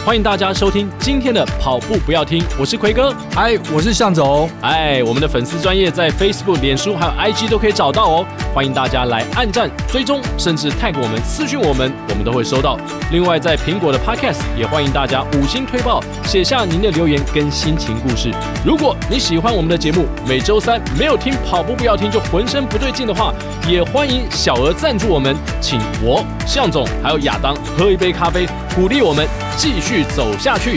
欢迎大家收听今天的跑步不要听，我是奎哥， 嗨，我是向总。 我们的粉丝专页在 Facebook、脸书还有 IG 都可以找到哦，欢迎大家来按赞、追踪，甚至 tag 我们、私讯我们都会收到。另外，在苹果的 Podcast 也欢迎大家5星推爆，写下您的留言跟心情故事。如果你喜欢我们的节目，每周三没有听跑步不要听就浑身不对劲的话，也欢迎小额赞助我们，请我向总还有亚当喝一杯咖啡，鼓励我们继续走下去。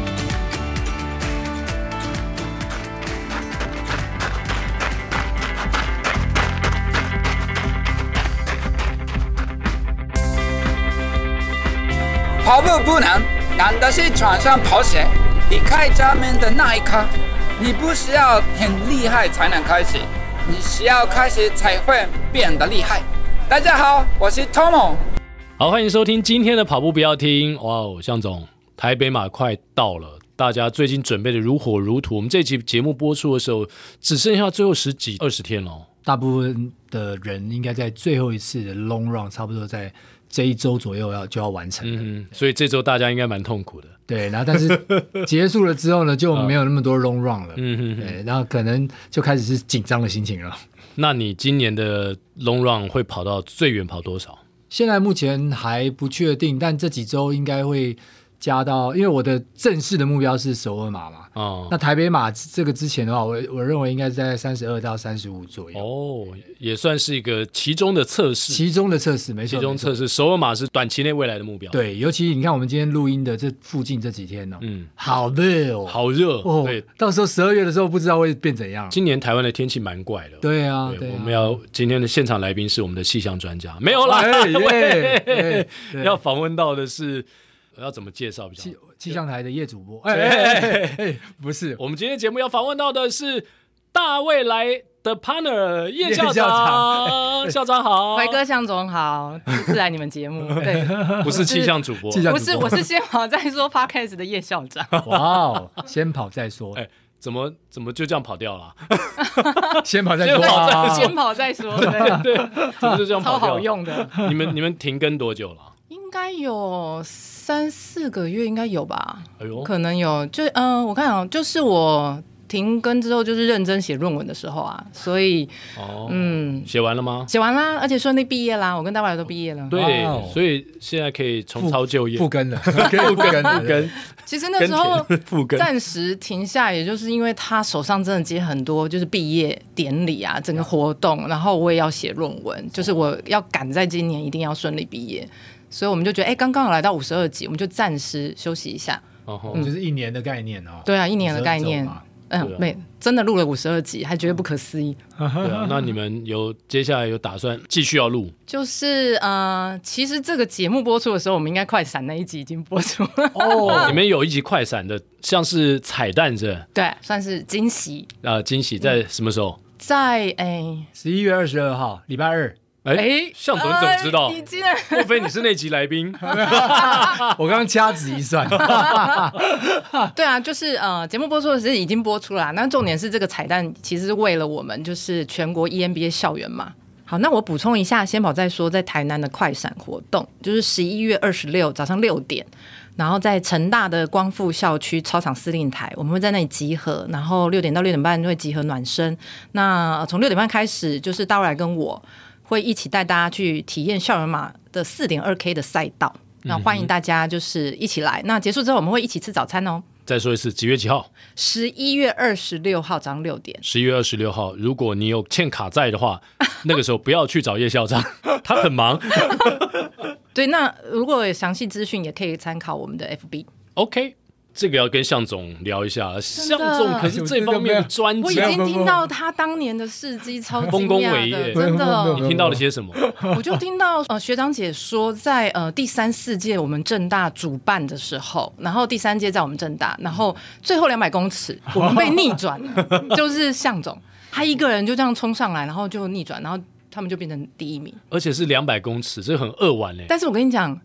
跑步不难，难的是穿上跑鞋，离开家门的那一刻。你不需要很厉害才能开始，你需要开始才会变得厉害。大家好，我是 Tomo。 好，欢迎收听今天的跑步不要听。哇哦，向总，台北马快到了，大家最近准备的如火如荼。我们这期节目播出的时候，只剩下最后10几20天了。 大部分的人应该在最后一次的 long run， 差不多在这1周左右就要完成所以这周大家应该蛮痛苦的。 对，然后但是结束了之后呢，就没有那么多 long run 了。对，然后可能就开始是紧张的心情了。 那你今年的 long run 会跑到最远跑多少？ 现在目前还不确定，但这几周应该会加到，因为我的正式的目标是首尔马嘛。那台北马这个之前的话，我认为应该在32到35左右。 也算是一个其中的测试。 其中的测试，没错。 其中测试，首尔马是短期内未来的目标。 对，尤其你看我们今天录音的这附近这几天好热哦， 好热哦。对， 到时候12月的时候不知道会变怎样。 今年台湾的天气蛮怪的。 对啊， 我们今天的现场来宾是我们的气象专家，没有啦。要访问到的是。要怎么介绍比较好？ 气象台的叶主播，不是， 我们今天节目要访问到的是大未来的 partner 叶校长。校长好， 怀哥向总好，第一次来你们节目。对， 不是气象主播， 不是，我是先跑再说 Podcast 的叶校长。 哇哦，先跑再说。 怎么就这样跑掉了？ 先跑再说， 先跑再说。 对，怎么就这样跑掉？ 超好用的。 你们停更多久了？ 应该有3-4个月，应该有吧？可能有。就我看就是我停更之后，就是认真写论文的时候啊，所以写完了吗？ 写完啦，而且顺利毕业啦，我跟大未来都毕业了。 对，所以现在可以重操旧业， 复更了，可以复更。 其实那时候暂时停下，也就是因为他手上真的接很多就是毕业典礼啊，整个活动，然后我也要写论文，就是我要赶在今年一定要顺利毕业。所以我们就觉得，刚刚好来到52集，我们就暂时休息一下。 就是1年的概念哦。 对啊，1年的概念。真的录了52集，还觉得不可思议。 对啊，那你们接下来有打算继续要录？ 就是其实这个节目播出的时候，我们应该快闪那一集已经播出了。 你们有一集快闪的，像是彩蛋是？ 对，算是惊喜。 惊喜在什么时候？ 在 11月22号，礼拜2。 向总你怎么知道？ 你竟然莫非你是那集来宾？ 我刚刚掐指一算。 对啊，就是节目播出的时候已经播出了，那重点是这个彩蛋其实是为了我们就是全国 EMBA 校园嘛。好，那我补充一下，先跑再说，在台南的快闪活动就是11月26早上6点，然后在成大的光复校区操场司令台，我们会在那里集合，然后6点到6点半会集合暖身。那从6点半开始，就是大未来跟我会一起带大家去体验校园马的 4.2K 的赛道，那欢迎大家就是一起来。那结束之后我们会一起吃早餐哦。 再说一次，几月几号 ？11月26号早上6点。 11月26号，如果你有欠卡债的话，那个时候不要去找叶校长，他很忙。 对，那如果有详细资讯，也可以参考我们的 FB。OK。 这个要跟向总聊一下，向总可是这方面的专家。 我已经听到他当年的事迹，超惊讶的， 丰功伟业， 真的。 你听到了些什么？ 我就听到学长姐说，在第3、4届我们政大主办的时候，然后第3届在我们政大，然后最后200公尺我们被逆转，就是向总他一个人就这样冲上来，然后就逆转，然后他们就变成第1名， 而且是200公尺，这很扼腕嘞。 但是我跟你讲，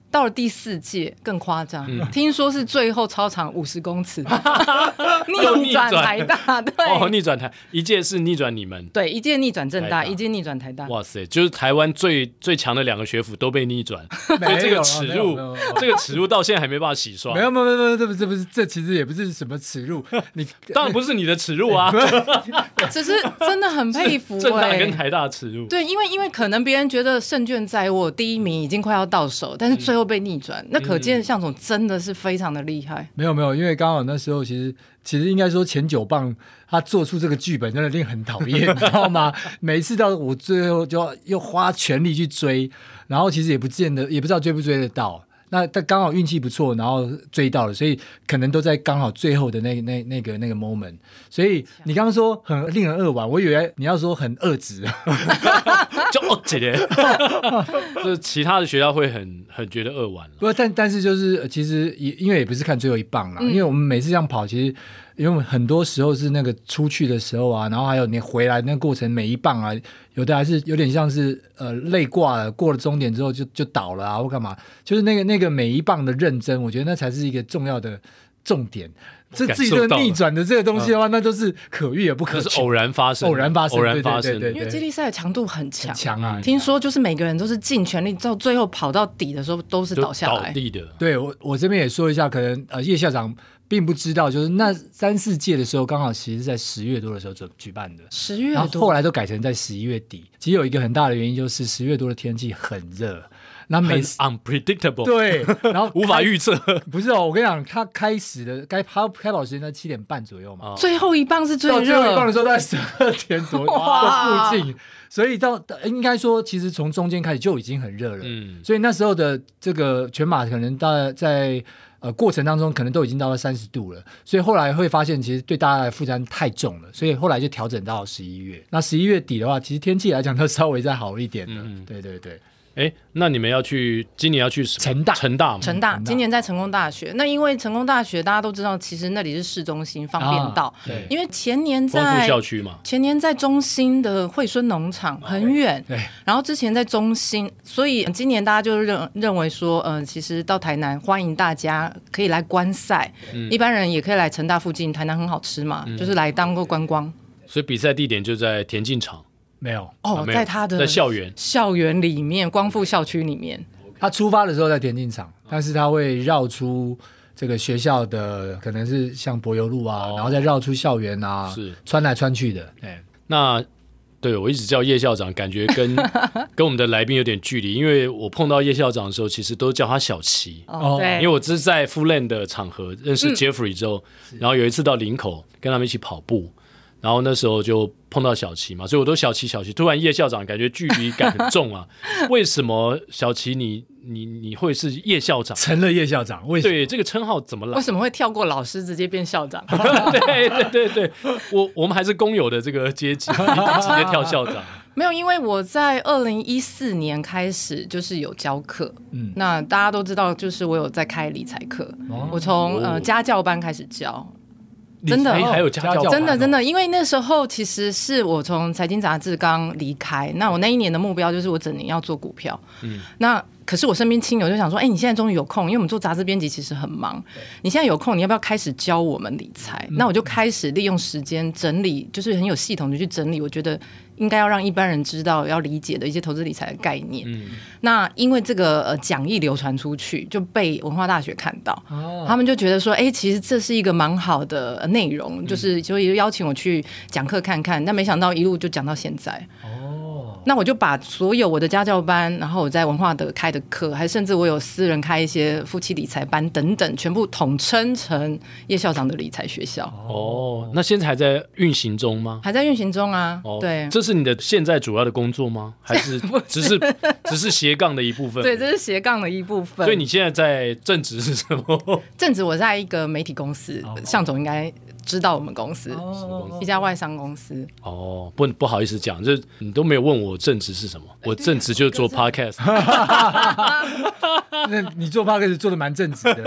到了第4届更夸张，听说是最后操场50公尺逆转台大，对， 逆转台一届是逆转你们， 对，一届逆转政大，一届逆转台大。 哇塞，就是台湾最强的2个学府都被逆转，所以这个耻辱到现在还没办法洗刷。 没有，这其实也不是什么耻辱，你当然不是你的耻辱啊， 只是真的很佩服政大跟台大的耻辱。 对，因为可能别人觉得胜券在握，第1名已经快要到手，但是最后被逆转，那可见象总真的是非常的厉害。 没有，因为刚好那时候其实应该说前9棒他做出这个剧本真的令很讨厌，你知道吗？每一次到我最后就又花全力去追，然后其实也不知道追不追得到。那他刚好运气不错，然后追到了，所以可能都在刚好最后的那个 moment。所以你刚刚说很令人扼腕，我以为你要说很恶质， 就姐姐，就是其他的学校会很觉得扼腕。 不，但是就是其实因为也不是看最后一棒啦，因为我们每次这样跑，其实因为很多时候是那个出去的时候啊，然后还有你回来那个过程每一棒啊，有的还是有点像是累挂了，过了终点之后就倒了啊，或干嘛，就是那个每一棒的认真，我觉得那才是一个重要的重点。这自己这个逆转的这个东西的话，那都是可遇而不可求， 是偶然发生， 对， 因为接力赛的强度很强啊， 听说就是每个人都是尽全力，到最后跑到底的时候都是倒下来倒地的。 对，我这边也说一下，可能叶校长并不知道，就是那3、4届的时候，刚好其实在10月多的时候举办的 ，10月多， 然后后来都改成在11月底。其实有一个很大的原因就是10月多的天气很热。那很 unpredictable， 对，然后无法预测。 不是我跟你讲，他开始的开跑时间在7点半左右嘛， 最后一棒是最热， 最后一棒的时候在12点多的附近，所以应该说，其实从中间开始就已经很热了。所以那时候的这个全马可能在过程当中可能都已经到了30度了，所以后来会发现其实对大家的负担太重了，所以后来就调整到11月。那11月底的话，其实天气来讲都稍微再好一点了。对。 那你们今年要去成大今年在成功大学。那因为成功大学大家都知道，其实那里是市中心，方便到。因为前年在光复校区嘛， 前年在中心的惠荪农场很远，然后之前在中心，所以今年大家就认为说，其实到台南欢迎大家可以来观赛，一般人也可以来成大附近，台南很好吃嘛，就是来当个观光。 所以比赛地点就在田径场。 没有在他的在校园里面，光复校区里面。 他出发的时候在田径场，但是他会绕出这个学校的，可能是像柏油路啊，然后再绕出校园啊，是穿来穿去的。 那对我一直叫叶校长，感觉跟我们的来宾有点距离，因为我碰到叶校长的时候，其实都叫他小齐。 对， 因为我只是在 Full Land 的场合认识 Jeffrey 之后，然后有一次到林口跟他们一起跑步。然后那时候就碰到小齐嘛，所以我都小齐。突然叶校长感觉距离感很重啊，为什么小齐你会是叶校长？ 成了叶校长，为什么？ 对，这个称号怎么来？ 为什么会跳过老师直接变校长？ 对，我们还是公有的这个阶级，直接跳校长。 没有，因为我在2014年开始就是有教课，那大家都知道，就是我有在开理财课，我从家教班开始教。真的还有家教， 真的，因为那时候其实是我从财经杂志刚离开，那我那一年的目标就是我整年要做股票。那可是我身边亲友就想说，你现在终于有空，因为我们做杂志编辑其实很忙，你现在有空，你要不要开始教我们理财？那我就开始利用时间整理，就是很有系统的去整理，我觉得应该要让一般人知道要理解的一些投资理财的概念。那因为这个讲义流传出去，就被文化大学看到，他们就觉得说，其实这是一个蛮好的内容，就是所以邀请我去讲课看看。但没想到一路就讲到现在。那我就把所有我的家教班，然后我在文化的开的课，还甚至我有私人开一些夫妻理财班等等，全部统称成叶校长的理财学校。 那现在还在运行中吗？ 还在运行中啊。对， 这是你的现在主要的工作吗？还是只是斜杠的一部分？ 对，这是斜杠的一部分。 所以你现在在正职是什么？ 正职我在一个媒体公司，向总应该知道我们公司，一家外商公司。 不好意思讲，就你都没有问我正职是什么。我正职就是做 podcast。 那你做 podcast 做的蛮正直的。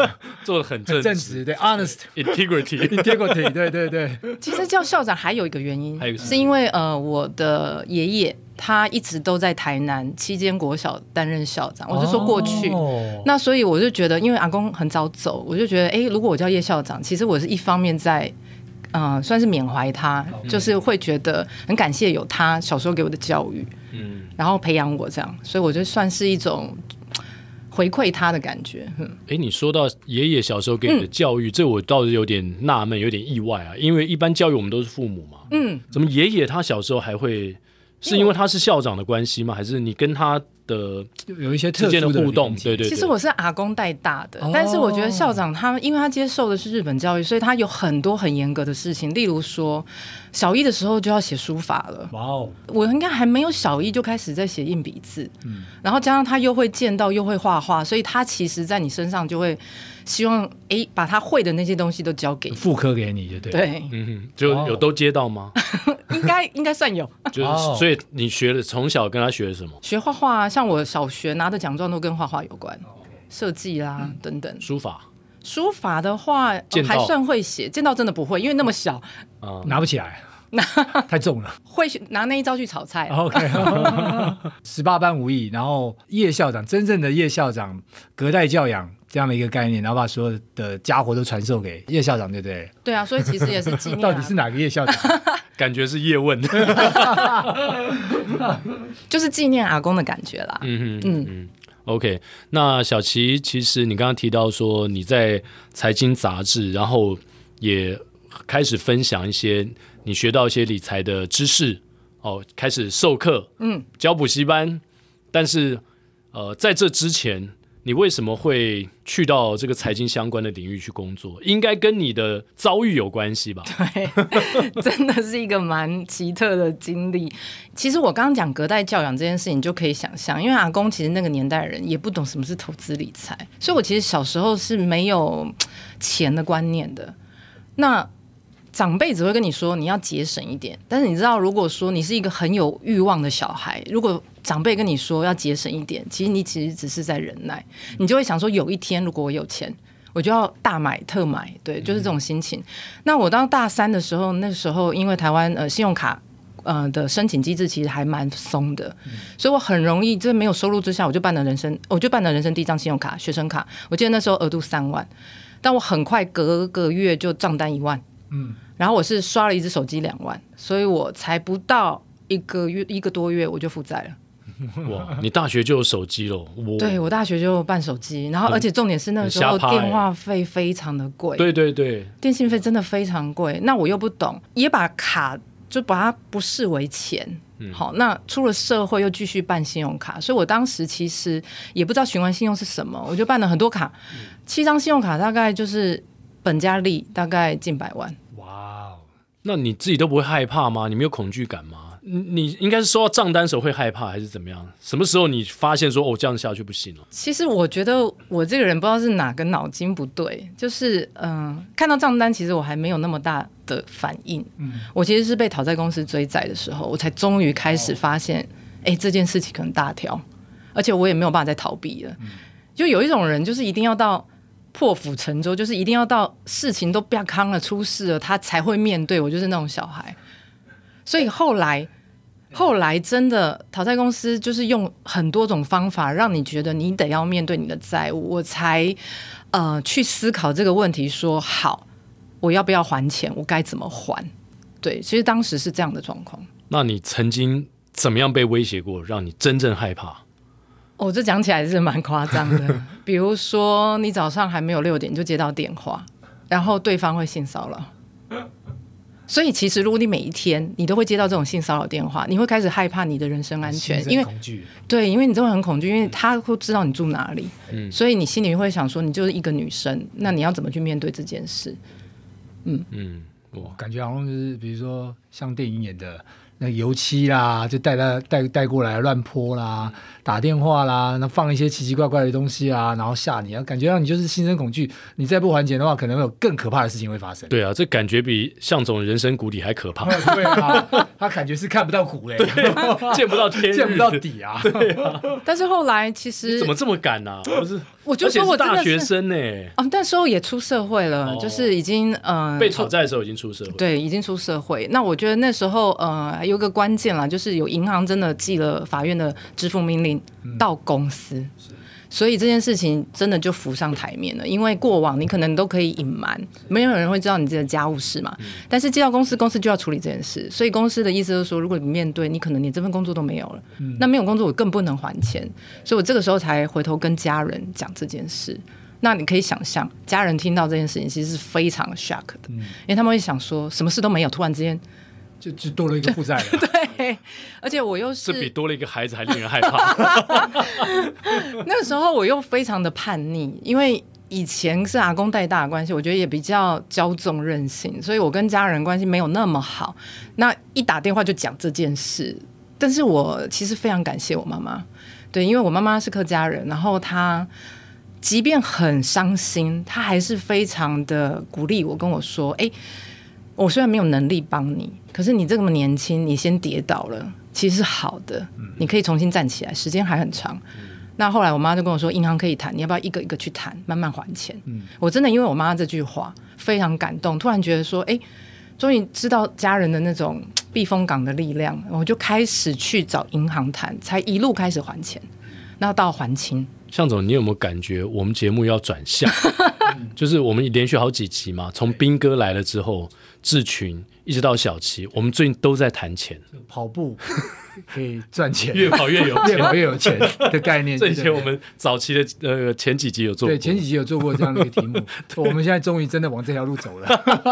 做的很正直，对 ，honest integrity， 对对对。 其实叫校长还有一个原因， 还有是因为我的爷爷他一直都在台南7间国小担任校长，我就说过去，那所以我就觉得，因为阿公很早走，我就觉得，如果我叫叶校长，其实我是一方面在。算是缅怀他，就是会觉得很感谢有他小时候给我的教育，然后培养我这样，所以我就算是一种回馈他的感觉。 你说到爷爷小时候给你的教育，这我倒是有点纳闷，有点意外啊，因为一般教育我们都是父母嘛，怎么爷爷他小时候还会？是因为他是校长的关系吗？还是你跟他的有一些特殊的互动？对对。 其实我是阿公带大的，但是我觉得校长他，因为他接受的是日本教育，所以他有很多很严格的事情，例如说小一的时候就要写书法了。哇哦！我应该还没有小一就开始在写硬笔字，然后加上他又会剑道又会画画，所以他其实在你身上就会希望把他会的那些东西都交给你， 复刻给你就对。 对， 就有都接到吗？ 应该算有。 就是所以你从小跟他学了什么？ 学画画，像我小学拿的奖状都跟画画有关，设计啦等等。书法的话，还算会写，剑道真的不会，因为那么小， 拿不起来。太重了， 会拿那一招去炒菜。 OK，18般武艺，然后叶校长，真正的叶校长，隔代教养这样的一个概念，然后把所有的家伙都传授给叶校长，对不对？ 对啊，所以其实也是纪念。 到底是哪个叶校长？ 感觉是叶问， 就是纪念阿公的感觉啦。 OK， 那小琪，其实你刚刚提到说你在财经杂志，然后也开始分享一些你学到一些理财的知识，开始授课，教补习班。但是在这之前，你为什么会去到这个财经相关的领域去工作？应该跟你的遭遇有关系吧？ 对，真的是一个蛮奇特的经历。其实我刚刚讲隔代教养这件事情，就可以想象，因为阿公其实那个年代人也不懂什么是投资理财，所以我其实小时候是没有钱的观念的。那长辈只会跟你说你要节省一点，但是你知道，如果说你是一个很有欲望的小孩，如果长辈跟你说要节省一点，其实只是在忍耐，你就会想说，有一天如果我有钱，我就要大买特买，对，就是这种心情。那我当大3的时候，那时候因为台湾信用卡的申请机制其实还蛮松的，所以我很容易在没有收入之下，我就办了人生第一张信用卡，学生卡。我记得那时候额度3万，但我很快隔个月就账单1万。然后我是刷了一只手机2万，所以我才不到一个多月我就负债了。 哇，你大学就有手机了？ 对，我大学就办手机，然后而且重点是那个时候电话费非常的贵， 对对对， 电信费真的非常贵。那我又不懂，也把卡就把它不视为钱。好，那出了社会又继续办信用卡，所以我当时其实也不知道循环信用是什么，我就办了很多卡，7张信用卡大概就是本加利大概近100万。 哇， 那你自己都不会害怕吗？你没有恐惧感吗？你应该是收到账单的时候会害怕，还是怎么样？什么时候你发现说这样下去不行了？ 其实我觉得我这个人不知道是哪个脑筋不对，就是看到账单，其实我还没有那么大的反应。我其实是被讨债公司追债的时候，我才终于开始发现，这件事情可能大条，而且我也没有办法再逃避了。就有一种人，就是一定要到破釜沉舟，就是一定要到事情都不要康了出事了，他才会面对。我就是那种小孩，所以后来真的讨债公司就是用很多种方法让你觉得你得要面对你的债务，我才去思考这个问题，说好我要不要还钱，我该怎么还。对，其实当时是这样的状况。 那你曾经怎么样被威胁过，让你真正害怕？ 这讲起来是蛮夸张的。比如说你早上还没有6点就接到电话，然后对方会性骚扰。所以其实如果你每一天你都会接到这种性骚扰电话，你会开始害怕你的人身安全，因为对，因为你真的很恐惧，因为他会知道你住哪里，所以你心里会想说你就是一个女生，那你要怎么去面对这件事？ 我感觉好像就是比如说像电影演的那油漆啦，就带过来乱泼啦，打电话啦，那放一些奇奇怪怪的东西啊，然后吓你啊，感觉让你就是心生恐惧。你再不还钱的话，可能会有更可怕的事情会发生。 对啊，这感觉比向总人生谷底还可怕。 对啊，他感觉是看不到谷嘞， 见不到天日， 见不到底啊。 对啊， 但是后来其实怎么这么敢啊？不是， 我就说我真的是大学生呢。 那时候也出社会了，就是已经被讨债的时候已经出社会， 对，已经出社会。那我觉得那时候有个关键啦，就是有银行真的寄了法院的支付命令到公司，所以这件事情真的就浮上台面了。因为过往你可能都可以隐瞒，没有人会知道你这个家务事嘛。但是寄到公司，公司就要处理这件事，所以公司的意思就是说，如果你面对，你可能连这份工作都没有了，那没有工作我更不能还钱，所以我这个时候才回头跟家人讲这件事。那你可以想象，家人听到这件事情其实是非常 shock 的，因为他们会想说，什么事都没有，突然之间就多了一个负债了。 对，而且我又是这比多了一个孩子还令人害怕。 那个时候我又非常的叛逆，因为以前是阿公带大的关系，我觉得也比较骄纵任性，所以我跟家人关系没有那么好。那一打电话就讲这件事，但是我其实非常感谢我妈妈，对，因为我妈妈是客家人，然后她即便很伤心，她还是非常的鼓励我，跟我说：“我虽然没有能力帮你，可是你这么年轻，你先跌倒了，其实是好的，你可以重新站起来，时间还很长。”那后来我妈就跟我说，银行可以谈，你要不要一个一个去谈，慢慢还钱。我真的因为我妈这句话非常感动，突然觉得说，终于知道家人的那种避风港的力量，我就开始去找银行谈，才一路开始还钱，然后到还清。 向总，你有没有感觉我们节目要转向？就是我们连续好几集嘛，从兵哥来了之后，志群一直到小齐，我们最近都在谈钱， 跑步可以赚钱， 越跑越有钱， 越跑越有钱的概念。 这以前我们早期的前几集有做过， 对，前几集有做过这样的一个题目。我们现在终于真的往这条路走了。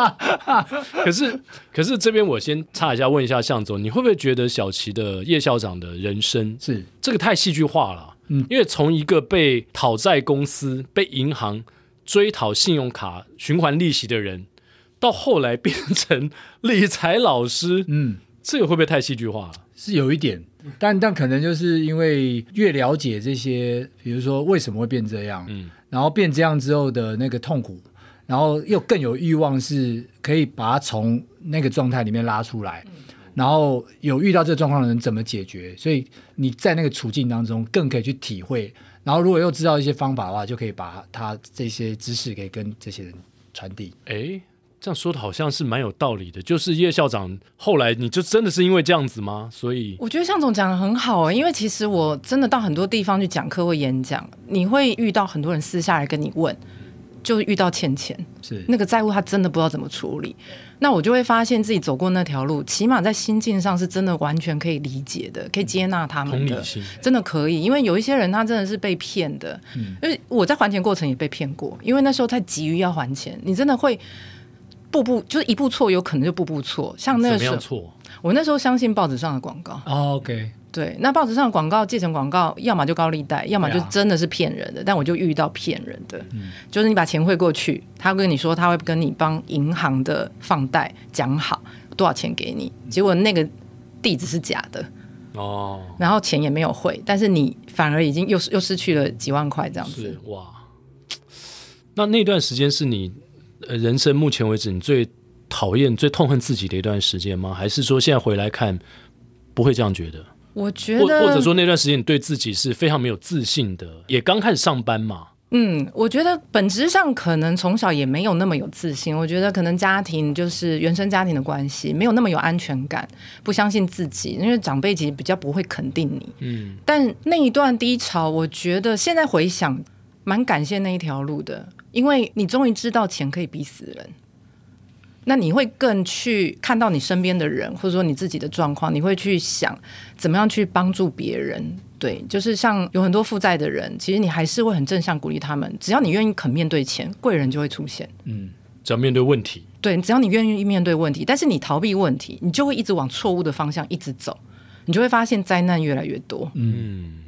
可是这边我先插一下，问一下向总，你会不会觉得小齐的叶校长的人生是这个太戏剧化了？因为从一个被讨债公司、被银行追讨信用卡循环利息的人，到后来变成理财老师，这个会不会太戏剧化了？ 是有一点，但可能就是因为越了解这些，比如说为什么会变这样，然后变这样之后的那个痛苦，然后又更有欲望是可以把它从那个状态里面拉出来。然后有遇到这个状况的人怎么解决，所以你在那个处境当中更可以去体会，然后如果又知道一些方法的话，就可以把他这些知识可以跟这些人传递。 这样说的好像是蛮有道理的，就是叶校长后来你就真的是因为这样子吗？所以我觉得向总讲的很好因为其实我真的到很多地方去讲课或演讲，你会遇到很多人私下来跟你问，就遇到欠钱，是那个债务他真的不知道怎么处理，那我就会发现自己走过那条路，起码在心境上是真的完全可以理解的，可以接纳他们的，同理心真的可以。因为有一些人他真的是被骗的，因为我在还钱过程也被骗过，因为那时候太急于要还钱，你真的会步步就是一步错，有可能就步步错。像那个时候，怎么样错？我那时候相信报纸上的广告。 OK。 对，那报纸上的广告、借钱广告，要么就高利贷，要么就真的是骗人的。但我就遇到骗人的，就是你把钱汇过去，他会跟你说他会跟你帮银行的放贷讲好多少钱给你，结果那个地址是假的然后钱也没有汇，但是你反而已经又失去了几万块这样子。 哇，那段时间是你人生目前为止你最讨厌、最痛恨自己的一段时间吗？还是说现在回来看不会这样觉得？ 我觉得， 或者说那段时间你对自己是非常没有自信的，也刚开始上班嘛。 我觉得本质上可能从小也没有那么有自信。我觉得可能家庭就是原生家庭的关系，没有那么有安全感，不相信自己，因为长辈其实比较不会肯定你。但那一段低潮，我觉得现在回想，蛮感谢那一条路的，因为你终于知道钱可以逼死人。那你会更去看到你身边的人，或者说你自己的状况，你会去想怎么样去帮助别人。对，就是像有很多负债的人，其实你还是会很正向鼓励他们，只要你愿意肯面对钱，贵人就会出现。 只要面对问题， 对，只要你愿意面对问题，但是你逃避问题，你就会一直往错误的方向一直走，你就会发现灾难越来越多。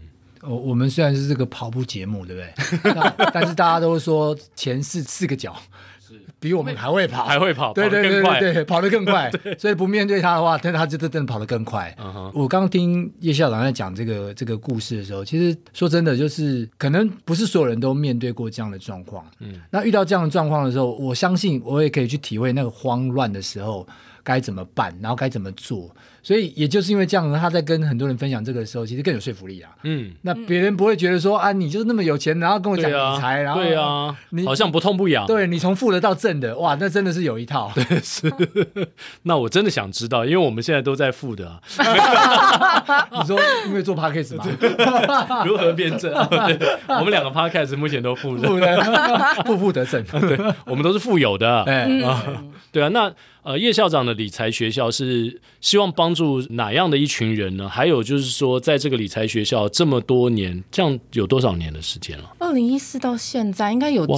我们虽然是这个跑步节目，对不对？但是大家都说前四个脚比我们还会跑，对对对对对，跑得更快。所以不面对他的话，但他就真的跑得更快。我刚听叶校长在讲这个故事的时候，其实说真的，就是可能不是所有人都面对过这样的状况。那遇到这样的状况的时候，我相信我也可以去体会那个慌乱的时候该怎么办，然后该怎么做。所以也就是因为这样，他在跟很多人分享这个的时候，其实更有说服力啊。那别人不会觉得说啊，你就是那么有钱，然后跟我讲理财，然后对啊，你好像不痛不痒。 对，你从负的到正的，哇，那真的是有一套。 对，是。那我真的想知道，因为我们现在都在负的啊。 你说因为做 podcast 吗？ 如何变正？对，我们两个 podcast 目前都负的， 负得正。 对，我们都是富有的。对啊，那叶校长的理财学校是希望帮助哪样的一群人呢？还有就是说，在这个理财学校这么多年，这样有多少年的时间了 ？2014到现在应该有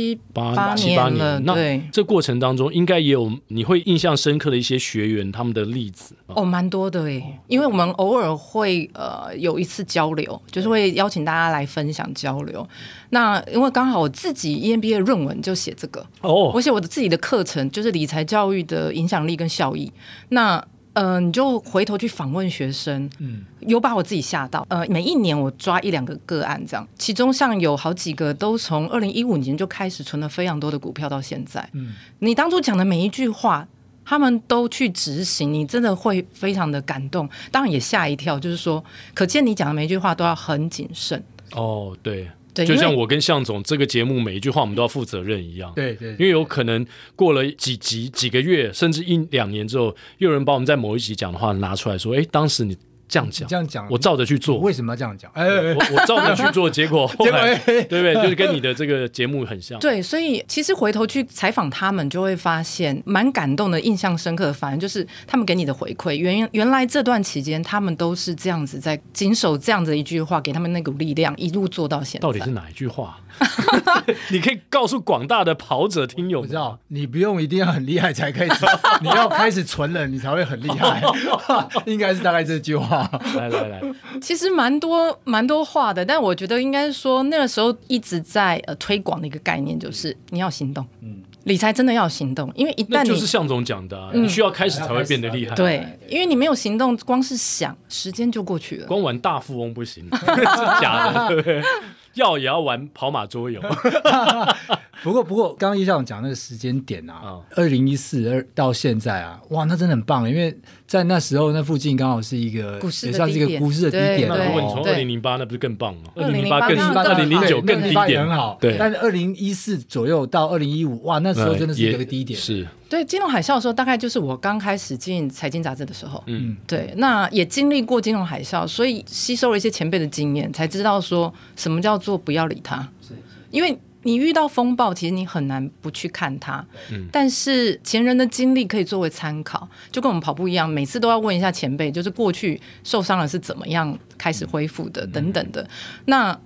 7、8年了。 那这过程当中，应该也有你会印象深刻的一些学员他们的例子蛮多的耶。因为我们偶尔会有一次交流，就是会邀请大家来分享交流。那因为刚好我自己 EMBA 论文就写这个我写我的自己的课程，就是理财教育的影响力跟效益。那你就回头去访问学生，有把我自己吓到。每一年我抓1-2个个案这样，其中像有好几个都从2015年就开始存了非常多的股票到现在。你当初讲的每一句话，他们都去执行，你真的会非常的感动，当然也吓一跳，就是说可见你讲的每一句话都要很谨慎。 对，就像我跟向总这个节目每一句话我们都要负责任一样。 对， 因为有可能过了几集几个月甚至1-2年之后，又有人把我们在某一集讲的话拿出来说，当时你这样讲，我照着去做。 为什么要这样讲？ 我照着去做，结果后来对不对？就是跟你的这个节目很像。 对，所以其实回头去采访他们，就会发现蛮感动的，印象深刻的，反正就是他们给你的回馈。原来这段期间，他们都是这样子在谨守这样的一句话，给他们那股力量，一路做到现在。 到底是哪一句话？你可以告诉广大的跑者听友。 我知道，你不用一定要很厉害才可以你要开始存了，你才会很厉害。应该是大概这句话。 来， 其实蛮多话的，但我觉得应该说那个时候一直在推广的一个概念就是你要行动。理财真的要行动，因为一旦那就是向总讲的你需要开始才会变得厉害。 对，因为你没有行动，光是想，时间就过去了。 光玩大富翁不行，是假的，对不对？也要玩跑马桌游。 不过刚刚叶校长讲那个时间点啊，2014到现在啊，哇，那真的很棒，因为在那时候那附近刚好是一个股市的低点， 也算是一个股市的低点。 那如果你从2008，那不是更棒吗 ？2008 更2009更低点很好。对，但是2014左右到2015，哇，那时候真的是一个低点。 是。 对，金融海啸的时候，大概就是我刚开始进财经杂志的时候。对，那也经历过金融海啸，所以吸收了一些前辈的经验，才知道说什么叫做不要理它。因为你遇到风暴，其实你很难不去看它。但是前人的经历可以作为参考，就跟我们跑步一样，每次都要问一下前辈，就是过去受伤了是怎么样开始恢复的，等等的。那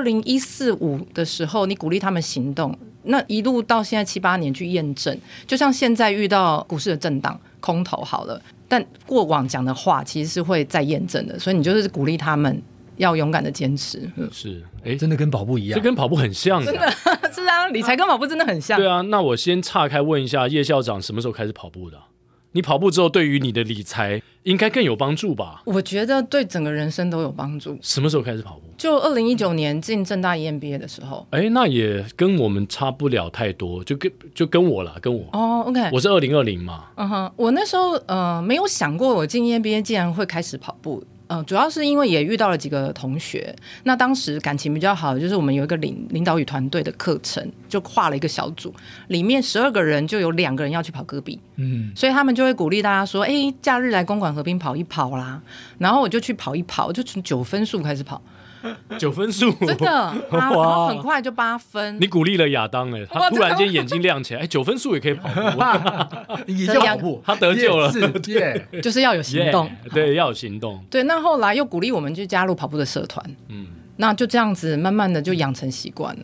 2014-15的时候，你鼓励他们行动，那一路到现在7、8年去验证，就像现在遇到股市的震荡空头好了，但过往讲的话其实是会再验证的，所以你就是鼓励他们要勇敢的坚持。 是， 真的跟跑步一样， 这跟跑步很像的。 真的是啊，理财跟跑步真的很像。 对啊，那我先岔开问一下叶校长，什么时候开始跑步的？你跑步之后，对于你的理财应该更有帮助吧？ 我觉得对整个人生都有帮助。 什么时候开始跑步？ 就2019年进政大 EMBA 的时候。 那也跟我们差不了太多，就跟我啦，跟我。 OK， 我是2020嘛。 我那时候没有想过我进 EMBA 竟然会开始跑步。主要是因为也遇到了几个同学，那当时感情比较好的就是我们有一个领导与团队的课程，就画了一个小组，里面12个人就有2个人要去跑戈壁，所以他们就会鼓励大家说，假日来公馆河滨跑一跑啦，然后我就去跑一跑，就从9分数开始跑。 9分数， 真的，然后很快就8分。 你鼓励了亚当他突然间眼睛亮起来，9分数也可以跑步， 也叫跑步， 他得救了， 就是要有行动， 对，要有行动。 对，那后来又鼓励我们去加入跑步的社团，那就这样子慢慢的就养成习惯了。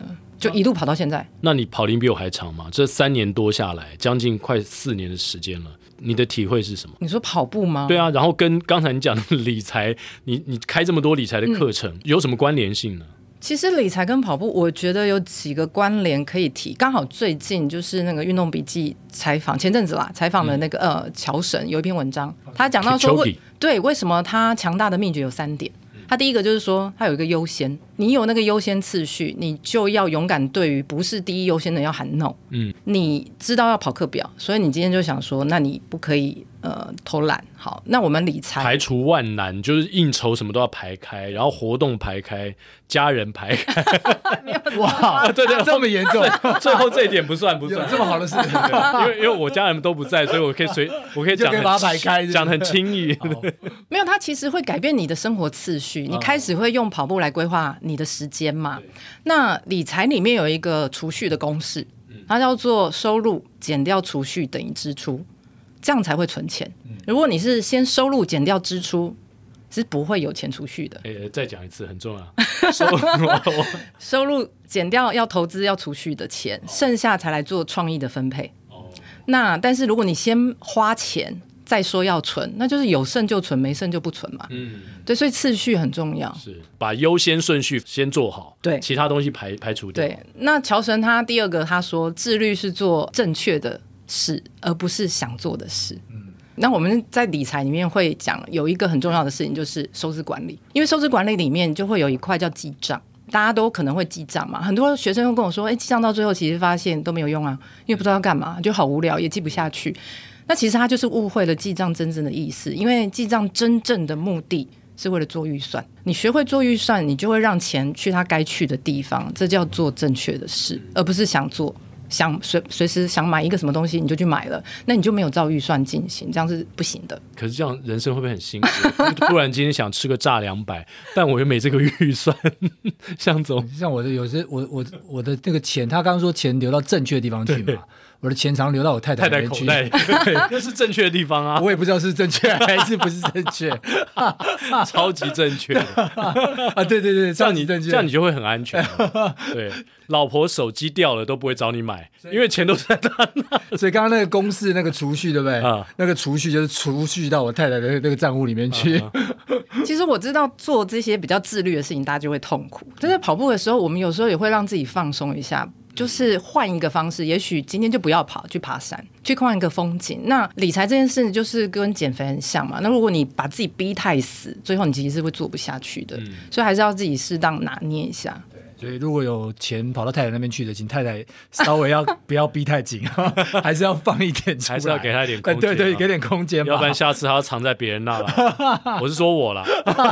就一路跑到现在。 那你跑龄比我还长嘛？这3年多下来，将近快4年的时间了，你的体会是什么？ 你说跑步吗？ 对啊，然后跟刚才你讲的理财，你开这么多理财的课程，有什么关联性呢？ 其实理财跟跑步，我觉得有几个关联可以提。刚好最近就是那个运动笔记采访，前阵子啦，采访的那个乔神有一篇文章，他讲到说为什么他强大的秘诀有3点。他第一个就是说，他有一个优先，你有那个优先次序，你就要勇敢对于不是第一优先的要喊 no。你知道要跑课表，所以你今天就想说，那你不可以偷懒。好，那我们理财排除万难，就是应酬什么都要排开，然后活动排开，家人排开。 哇，对，这么严重？ 最后这一点不算， 有这么好的事？ 因为我家人都不在，所以我可以讲把它排开， 讲得很轻易。 没有，它其实会改变你的生活次序。你开始会用跑步来规划你的时间嘛？那理财里面有一个储蓄的公式，它叫做收入减掉储蓄等于支出，这样才会存钱。如果你是先收入减掉支出，是不会有钱储蓄的。 再讲一次，很重要。 收入减掉要投资要储蓄的钱，剩下才来做创意的分配。那但是如果你先花钱再说要存，那就是有剩就存，没剩就不存嘛。对，所以次序很重要， 是把优先顺序先做好， 对， 其他东西排除掉。 对，那乔神他第二个他说，自律是做正确的事，而不是想做的事。那我们在理财里面会讲有一个很重要的事情，就是收支管理，因为收支管理里面就会有一块叫记账。大家都可能会记账嘛，很多学生会跟我说，记账到最后其实发现都没有用啊，因为不知道要干嘛，就好无聊，也记不下去。那其实他就是误会了记账真正的意思，因为记账真正的目的是为了做预算。你学会做预算，你就会让钱去他该去的地方，这叫做正确的事，而不是想随时想买一个什么东西你就去买了，那你就没有照预算进行，这样是不行的。 可是这样人生会不会很辛苦？突然今天想吃个炸200，但我又没这个预算。向总， 像我的有些我的那个钱，他刚刚说钱流到正确的地方去嘛，我的钱常流到我太太那边去， 口袋，那是正确的地方啊。 我也不知道是正确还是不是正确， 超级正确啊！对，超级正确， 这样你就会很安全。对，老婆手机掉了都不会找你买，因为钱都在他那。 所以刚刚那个公式那个储蓄，对不对？那个储蓄就是储蓄到我太太的那个账户里面去。 其实我知道做这些比较自律的事情，大家就会痛苦。但是跑步的时候，我们有时候也会让自己放松一下。就是换一个方式，也许今天就不要跑，去爬山，去看一个风景。那理财这件事就是跟减肥很像嘛。那如果你把自己逼太死，最后你其实是会做不下去的。所以还是要自己适当拿捏一下。 所以如果有钱跑到太太那边去的，请太太稍微不要逼太紧，还是要放一点出来， 还是要给他一点空间。 对，给点空间吧， 要不然下次他要藏在别人那了。我是说我啦。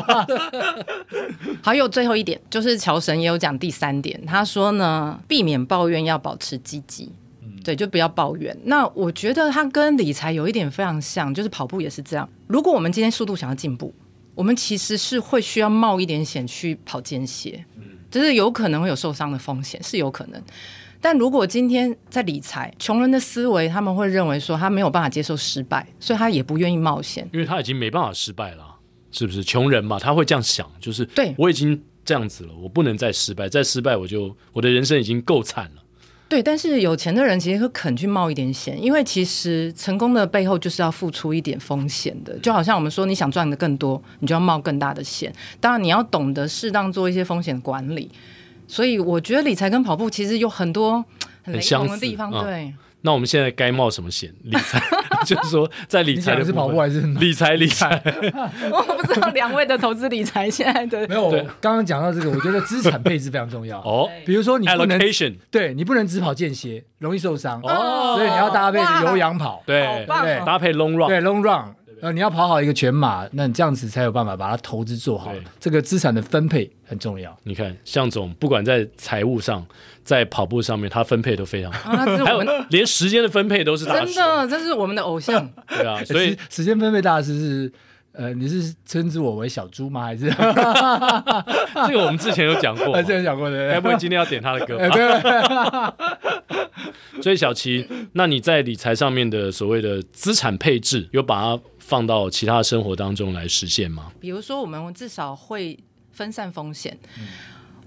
还有最后一点，就是乔神也有讲第3点，他说呢，避免抱怨，要保持积极。对，就不要抱怨。那我觉得他跟理财有一点非常像，就是跑步也是这样。如果我们今天速度想要进步，我们其实是会需要冒一点险去跑间歇。就是有可能会有受伤的风险，是有可能。但如果今天在理财，穷人的思维他们会认为说他没有办法接受失败，所以他也不愿意冒险， 因为他已经没办法失败了，是不是？穷人嘛，他会这样想，就是对我已经这样子了，我不能再失败，再失败我的人生已经够惨了。 对，但是有钱的人其实会肯去冒一点险，因为其实成功的背后就是要付出一点风险的。就好像我们说，你想赚的更多，你就要冒更大的险。当然，你要懂得适当做一些风险管理。所以，我觉得理财跟跑步其实有很多很雷同的地方。对。 那我们现在该冒什么险？理财就是说，在理财的是跑步还是理财？ 我不知道2位的投资理财现在的没有。刚刚讲到这个，我觉得资产配置非常重要哦。比如说你不能 allocation， 对你不能只跑间歇，容易受伤哦。所以你要搭配有氧跑， 对，搭配 long run， 对 long run。你要跑好一个全马，那你这样子才有办法把它投资做好。这个资产的分配很重要。 你看，向总不管在财务上，在跑步上面，他分配都非常好，还有连时间的分配都是大师。 真的，这是我们的偶像。 对啊，所以时间分配大师是。你是称之我为小猪吗？还是这个我们之前有讲过， 之前讲过的， 该不会今天要点他的歌吧？所以小琪，那你在理财上面的所谓的资产配置，有把它放到其他的生活当中来实现吗？ 比如说，我们至少会分散风险。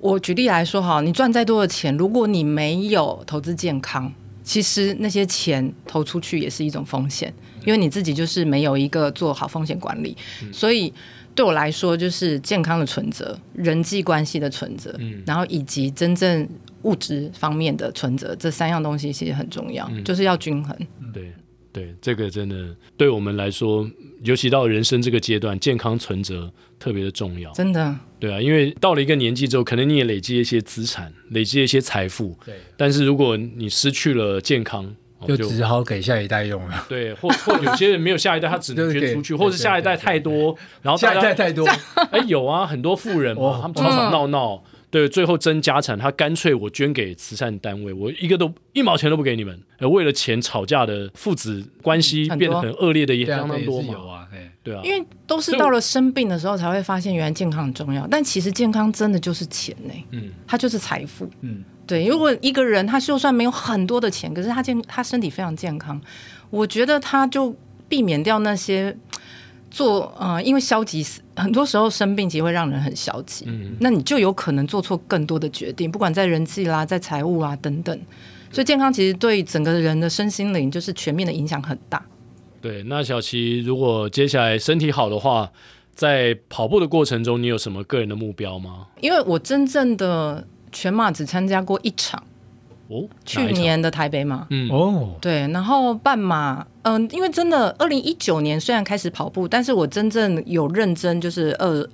我举例来说哈，你赚再多的钱，如果你没有投资健康，其实那些钱投出去也是一种风险，因为你自己就是没有一个做好风险管理，所以对我来说就是健康的存折、人际关系的存折，然后以及真正物质方面的存折，这3样东西其实很重要，就是要均衡。 对，这个真的对我们来说，尤其到人生这个阶段，健康存折特别的重要。 真的， 对啊，因为到了一个年纪之后，可能你也累积一些资产，累积一些财富。 对， 但是如果你失去了健康， 就只好给下一代用了。 对，或有些人没有下一代，他只能捐出去，或是下一代太多，然后下一代太多。 有啊，很多富人嘛，他们吵吵闹闹。对，最后争家产，他干脆我捐给慈善单位，我1毛钱都不给你们。为了钱吵架的父子关系变得很恶劣的也相当多嘛。对啊， 因为都是到了生病的时候才会发现原来健康很重要，但其实健康真的就是钱呢，它就是财富。对，如果一个人他就算没有很多的钱，可是他身体非常健康，我觉得他就避免掉那些。因为消极很多时候生病其实会让人很消极，那你就有可能做错更多的决定，不管在人际啦、在财务啦等等。所以健康其实对整个人的身心灵就是全面的影响很大。 对，那小琪如果接下来身体好的话，在跑步的过程中，你有什么个人的目标吗？ 因为我真正的全马只参加过1场。去年的台北马，对，然后半马，因为真的2019年虽然开始跑步，但是我真正有认真就是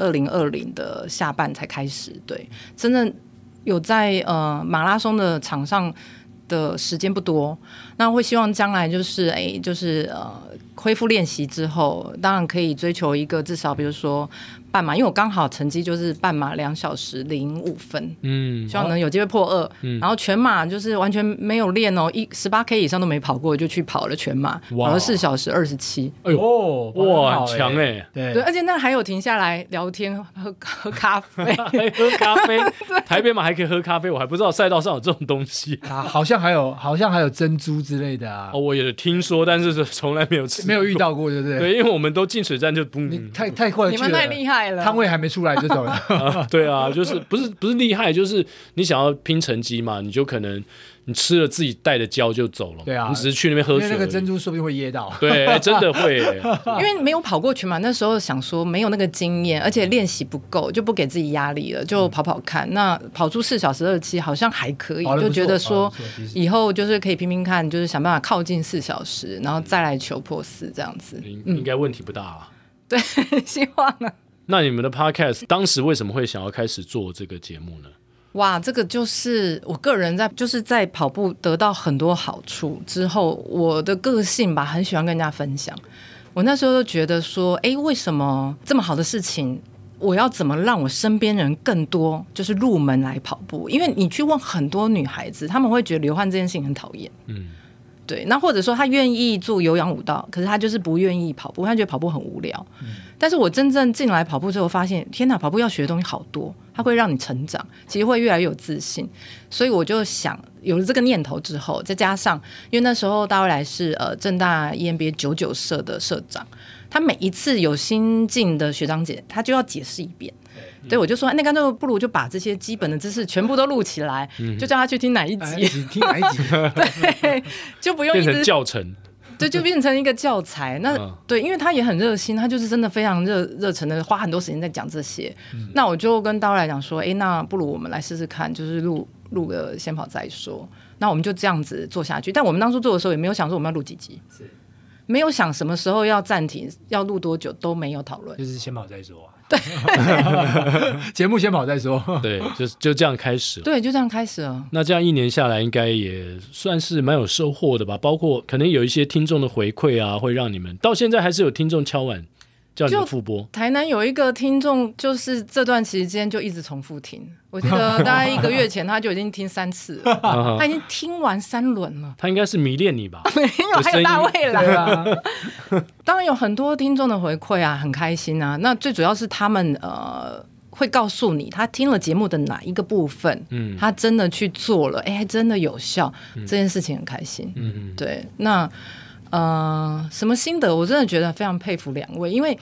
2020的下半才开始，对，真正有在马拉松的场上的时间不多，那会希望将来就是恢复练习之后，当然可以追求一个至少比如说半马，因为我刚好成绩就是半马2小时05分，希望能有机会破2，然后全马就是完全没有练哦，18K 以上都没跑过，就去跑了全马，跑了4小时27。 哎呦，哇，很强哎！ 对，而且那还有停下来聊天、喝咖啡， 喝咖啡。台北马还可以喝咖啡，我还不知道赛道上有这种东西啊，好像还有珍珠之类的啊。 我也听说，但是从来没有吃， 没有遇到过，对不对？ 对，因为我们都进水站就你太快去了， 你们太厉害了， 汤味还没出来就走了。 对啊，就是不是厉害，就是你想要拼成绩嘛，你就可能你吃了自己带的胶就走了。 对啊， 你只是去那边喝水， 因为那个珍珠说不定会噎到。 对，真的会。 因为没有跑过全马，那时候想说没有那个经验，而且练习不够，就不给自己压力了，就跑跑看。那跑出4小时27好像还可以，就觉得说以后就是可以拼拼看，就是想办法靠近4小时，然后再来求破4这样子。 应该问题不大啊。 对，希望啊。 那你们的 podcast 当时为什么会想要开始做这个节目呢？ 哇，这个就是我个人在跑步得到很多好处之后，我的个性吧，很喜欢跟人家分享。我那时候就觉得说，为什么这么好的事情，我要怎么让我身边人更多就是入门来跑步？因为你去问很多女孩子，她们会觉得流汗这件事情很讨厌。对，那或者说他愿意做有氧舞蹈，可是他就是不愿意跑步，他觉得跑步很无聊。但是我真正进来跑步之后发现，天哪，跑步要学的东西好多，它会让你成长，其实会越来越有自信。所以我就想有了这个念头之后，再加上因为那时候大未来是政大 EMBA 99社的社长，他每一次有新进的学长姐，他就要解释一遍。对，我就说，那干脆不如就把这些基本的知识全部都录起来，就叫他去听哪一集， 听哪一集， 对，就不用变成教程， 对，就变成一个教材。那对，因为他也很热心，他就是真的非常热忱的，花很多时间在讲这些。那我就跟大未来讲说，那不如我们来试试看，就是录个先跑再说。那我们就这样子做下去。但我们当初做的时候也没有想说我们要录几集，是没有想什么时候要暂停，要录多久都没有讨论， 就是先跑再说啊。 对， 节目先跑再说。 对，就这样开始了。 对，就这样开始了。 那这样1年下来，应该也算是蛮有收获的吧？包括可能有一些听众的回馈啊，会让你们到现在还是有听众敲碗叫你们复播。 台南有一个听众，就是这段期间就一直重复听。我记得大概1个月前他就已经听3次了，他已经听完3轮了。 他应该是迷恋你吧？ 没有，还有大未来啊。当然有很多听众的回馈啊，很开心啊。那最主要是他们会告诉你他听了节目的哪一个部分，他真的去做了，还真的有效，这件事情很开心。对，那什么心得？我真的觉得非常佩服2位，因为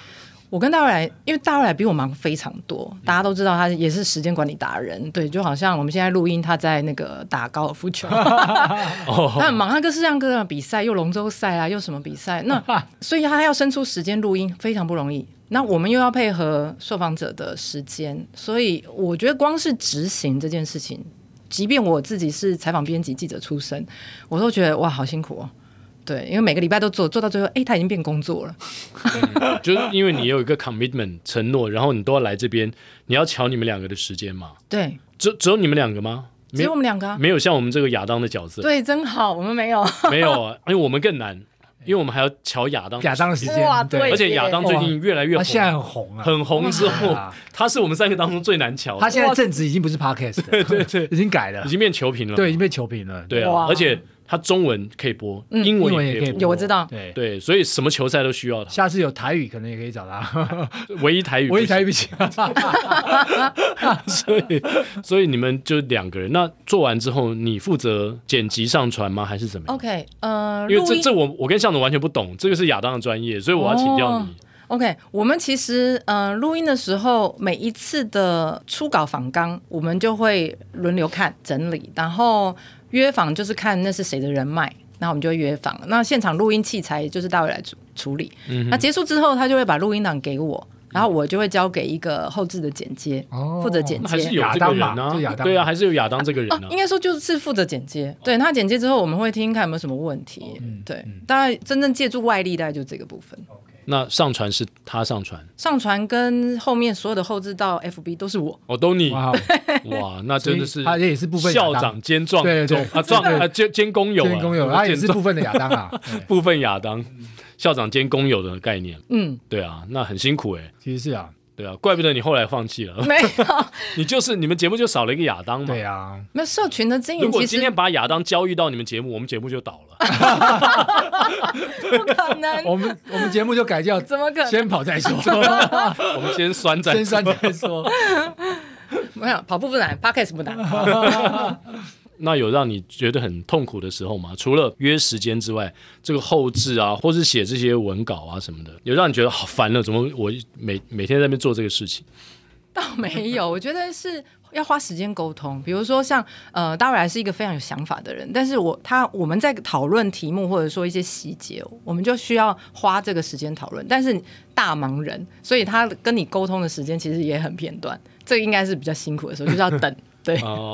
我跟大未来，因为大未来比我忙非常多，大家都知道他也是时间管理达人，对，就好像我们现在录音，他在那个打高尔夫球，他很忙，他各式各样的比赛，又龙舟赛啊，又什么比赛，那所以他要生出时间录音非常不容易。那我们又要配合受访者的时间，所以我觉得光是执行这件事情，即便我自己是采访编辑记者出身，我都觉得哇好辛苦哦。对，因为每个礼拜都做到最后，他已经变工作了。 就是因为你有一个 commitment 承诺，然后你都要来这边，你要瞧你们两个的时间嘛。 对， 只有你们两个吗？ 只有我们两个啊， 没有像我们这个亚当的角色。 对，真好，我们没有。 没有啊，因为我们更难。因为我们还要瞧亚当的时间， 对， 而且亚当最近越来越红， 他现在很红啊， 很红之后，他是我们3个当中最难瞧的。 他现在正职已经不是 podcast 了，对，已经改了， 已经变球评了， 对，已经变球评了， 对啊，而且他中文可以播，英文也可以播， 有我知道， 对，所以什么球赛都需要他。 下次有台语可能也可以找他， 唯一台语不行。所以你们就2个人，那做完之后，你负责剪辑上传吗？还是怎么样 ？OK， 因为这我跟向总完全不懂，这个是亚当的专业，所以我要请教你。 OK， 我们其实录音的时候，每一次的初稿访纲，我们就会轮流看整理，然后约访就是看那是谁的人脉，然后我们就会约访。那现场录音器材就是大卫来处理。那结束之后，他就会把录音档给我，然后我就会交给一个后置的剪接，负责剪接。 还是有这个人啊？对啊，还是有亚当这个人啊。 应该说就是负责剪接。对，他剪接之后，我们会听看有没有什么问题。对，当然真正借助外力，大概就这个部分。 那上传是他上传跟后面所有的后置到 FB 都是我， 都你哇，那真的是他也是部分校长兼壮兼工友， 他也是部分的亚当啊， 部分亚当，校长兼工友的概念，对啊，那很辛苦其实是啊。 对啊，怪不得你后来放弃了。 没有， 你们节目就少了一个亚当嘛。 对啊， 没有社群的经营。 如果今天把亚当交易到你们节目，我们节目就倒了。 不可能， 我们节目就改叫怎么可能？ 先跑再说。 我们先酸再说。 没有，跑步不难 ，Podcast 不难。 那有让你觉得很痛苦的时候吗？除了约时间之外，这个后置啊，或是写这些文稿啊什么的，有让你觉得好烦了？怎么我每天在那边做这个事情？ 倒没有，我觉得是要花时间沟通。比如说像大未来是一个非常有想法的人，但是我们在讨论题目或者说一些细节，我们就需要花这个时间讨论。但是大忙人，所以他跟你沟通的时间其实也很片段，这个应该是比较辛苦的时候，就是要等。对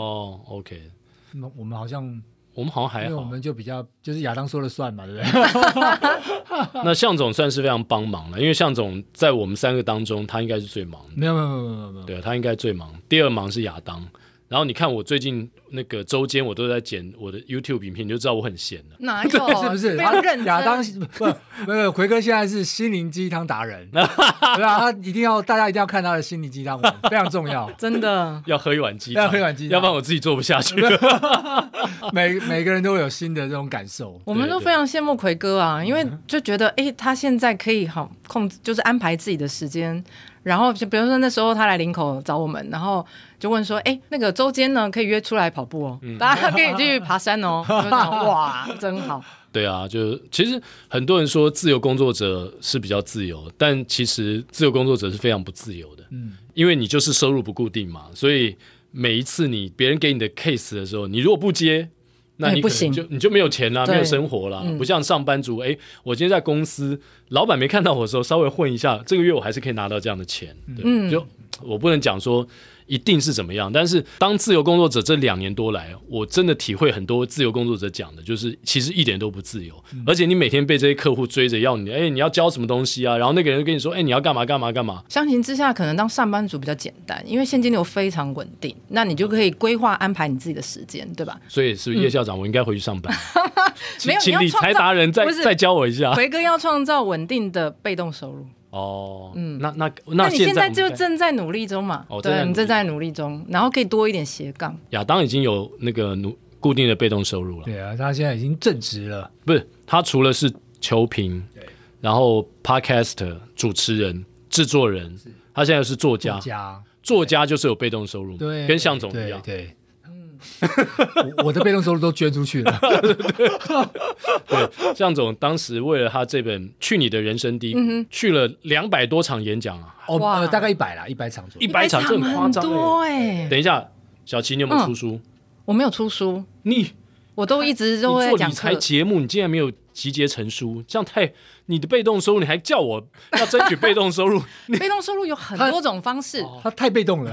OK。 我们好像还好，因为我们就比较就是亚当说了算嘛，对不对？ 那向总算是非常帮忙了，因为向总在我们3个当中，他应该是最忙的。 没有， 对，他应该最忙，第2忙是亚当。然后你看我最近那个周间我都在剪我的 YouTube 影片，你就知道我很闲了。 哪有？ 是不是？亚当不，奎哥现在是心灵鸡汤达人，对啊，大家一定要看他的心灵鸡汤文，非常重要， 真的要喝一碗鸡汤， 要不然我自己做不下去。每个人都会有新的这种感受， 我们都非常羡慕奎哥啊，因为就觉得他现在可以好控制，就是安排自己的时间。然后就比如说那时候他来林口找我们，然后就问说，那个周间呢可以约出来跑步哦，大家可以去爬山哦。哇，真好。 对啊，就其实很多人说自由工作者是比较自由，但其实自由工作者是非常不自由的。因为你就是收入不固定嘛，所以每一次别人给你的 case 的时候，你如果不接，那你可能你就没有钱啦，没有生活啦。不像上班族，我今天在公司，老板没看到我的时候，稍微混一下，这个月我还是可以拿到这样的钱。就我不能讲说一定是怎么样，但是当自由工作者这2年多来，我真的体会很多自由工作者讲的，就是其实一点都不自由，而且你每天被这些客户追着要你，你要交什么东西啊，然后那个人跟你说，你要干嘛干嘛干嘛。 相形之下，可能当上班族比较简单，因为现金流非常稳定，那你就可以规划安排你自己的时间，对吧？ 所以是不是叶校长，我应该回去上班？ 没有， 请理财达人再教我一下。 奎哥要创造稳定的被动收入。 那你现在就正在努力中嘛？对，你正在努力中，然后可以多一点斜杠。 亚当已经有那个固定的被动收入了。 对啊，他现在已经正职了。 不是，他除了是球评，然后 podcast 主持人、制作人，他现在是作家。作家就是有被动收入， 对， 跟向总一样。 对， 我的被动收入都捐出去了。 对，向总当时为了他这本《去你的人生低谷》去了200多场演讲啊。 大概100啦，100场左右。 100场这很夸张欸。 等一下，小琪，你有没有出书？ 我没有出书。我都一直都会讲你做理财节目，你竟然没有集结成书，这样你的被动收入，你还叫我要争取被动收入？ 被动收入有很多种方式， 他太被动了。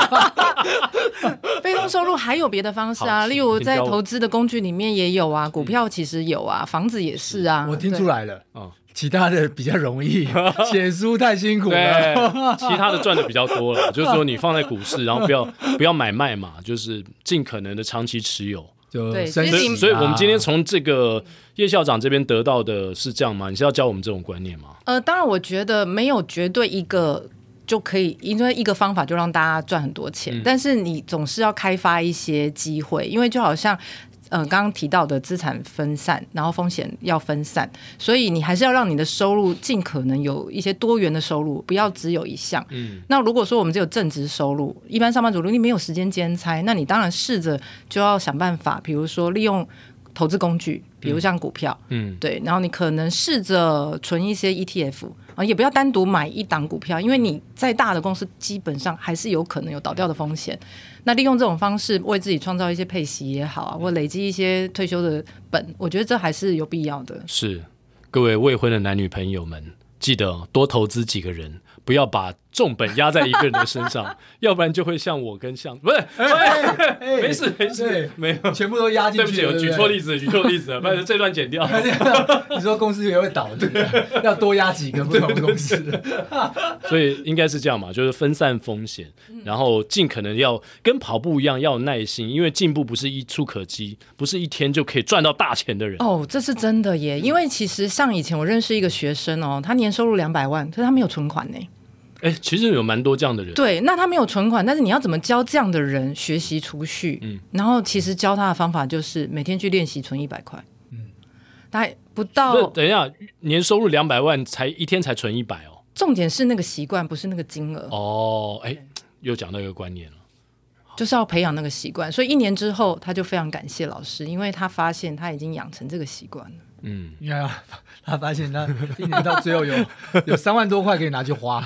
被动收入还有别的方式啊，例如在投资的工具里面也有啊，股票其实有啊，房子也是啊。 我听出来了，其他的比较容易，写书太辛苦了。 对，其他的赚的比较多了，就是说你放在股市，然后不要买卖嘛，就是尽可能的长期持有。 对， 所以我们今天从这个叶校长这边得到的是这样吗？你是要教我们这种观念吗？ 当然，我觉得没有绝对一个就可以，因为一个方法就让大家赚很多钱，但是你总是要开发一些机会，因为就好像刚刚提到的资产分散，然后风险要分散，所以你还是要让你的收入尽可能有一些多元的收入，不要只有一项。那如果说我们只有正职收入，一般上班族如果你没有时间兼差，那你当然试着就要想办法，比如说利用投资工具，比如像股票，对，然后你可能试着存一些 ETF，也不要单独买一档股票，因为你再大的公司基本上还是有可能有倒掉的风险。那利用这种方式为自己创造一些配息也好啊，或累积一些退休的本，我觉得这还是有必要的。 是，各位未婚的男女朋友们，记得多投资几个人，不要把重本压在一个人的身上，要不然就会像我跟不是，没事，没有， 全部都压进去。 对不起，我举错例子了，不然这段剪掉。 你说公司也会倒，对，要多压几个不同的公司。 所以应该是这样嘛，就是分散风险，然后尽可能要跟跑步一样要有耐心，因为进步不是一触可及，不是一天就可以赚到大钱的人。 这是真的耶，因为其实像以前我认识一个学生他年收入200万，可是他没有存款呢。 其实有蛮多这样的人。 对，那他没有存款，但是你要怎么教这样的人学习储蓄？然后其实教他的方法就是每天去练习存100块。大概不到。 等一下，年收入200万才一天才存100哦。 重点是那个习惯，不是那个金额。 又讲到一个观念了， 就是要培养那个习惯。所以1年之后，他就非常感谢老师，因为他发现他已经养成这个习惯了。 因为他发现他1年到最后有3万多块可以拿去花，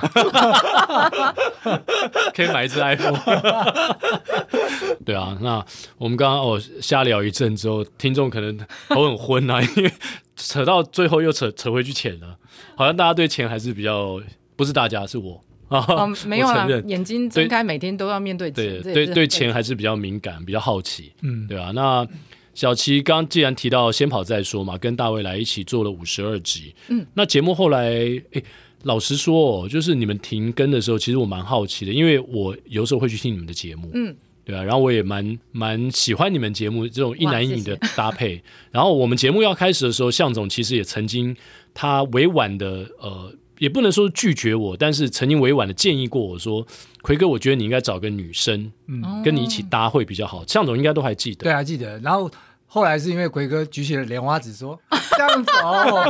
可以买一只 iPhone。对啊，那我们刚刚瞎聊一阵之后，听众可能头很昏啊，因为扯到最后又扯回去钱了，好像大家对钱还是比较，不是大家是我。 没有啦，眼睛睁开每天都要面对钱， 对钱还是比较敏感，比较好奇，对啊。那小琪刚刚既然提到先跑再说嘛，跟大卫来一起做了52集，那节目后来，老实说就是你们停更的时候，其实我蛮好奇的，因为我有时候会去听你们的节目，对啊，然后我也蛮喜欢你们节目这种一男一女的搭配。然后我们节目要开始的时候，向总其实也曾经他委婉的也不能说拒绝我，但是曾经委婉的建议过我说，奎哥，我觉得你应该找个女生，跟你一起搭会比较好。向总应该都还记得。 对，还记得。然后后来是因为奎哥举起了莲花指说这样走，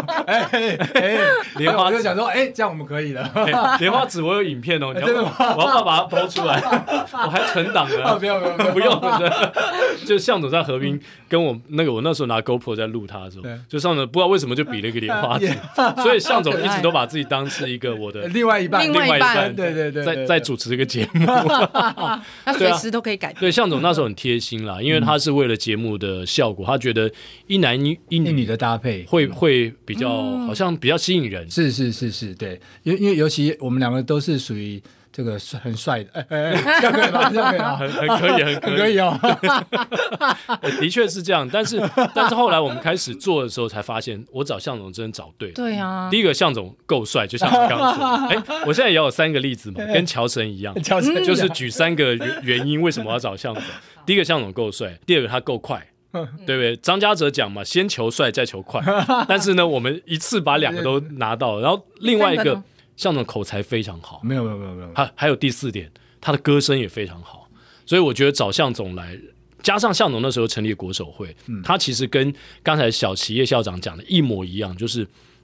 莲花指就想说，这样我们可以了。 莲花指我有影片哦， 真的吗？ 我要把它播出来，我还存档了。 不用， 不用。就向总在河滨跟我那时候拿 GoPro 在录他的时候，就向总不知道为什么就比了一个莲花指，所以向总一直都把自己当是一个我的另外一半， 对，在主持这个节目， 那随时都可以改变。 对，向总那时候很贴心啦，因为他是为了节目的效果，他觉得一男一女的搭配会比较好像比较吸引人。 是，对，因为尤其我们两个都是属于这个很帅的，这样可以吗？这样可以吗？ 很可以哦。 的确是这样，但是后来我们开始做的时候，才发现我找向总真的找对了。 对啊， 第一个向总够帅，就像你刚刚说，我现在也有3个例子嘛，跟乔神一样，就是举3个原因为什么要找向总。第一个向总够帅，第二个他够快。对不对？张家哲讲嘛，先求帅再求快。但是呢，我们一次把2个都拿到了。然后另外一个，向总口才非常好。没有。还有第4点，他的歌声也非常好。所以我觉得找向总来，加上向总那时候成立国手会，他其实跟刚才小齐叶校长讲的一模一样，就是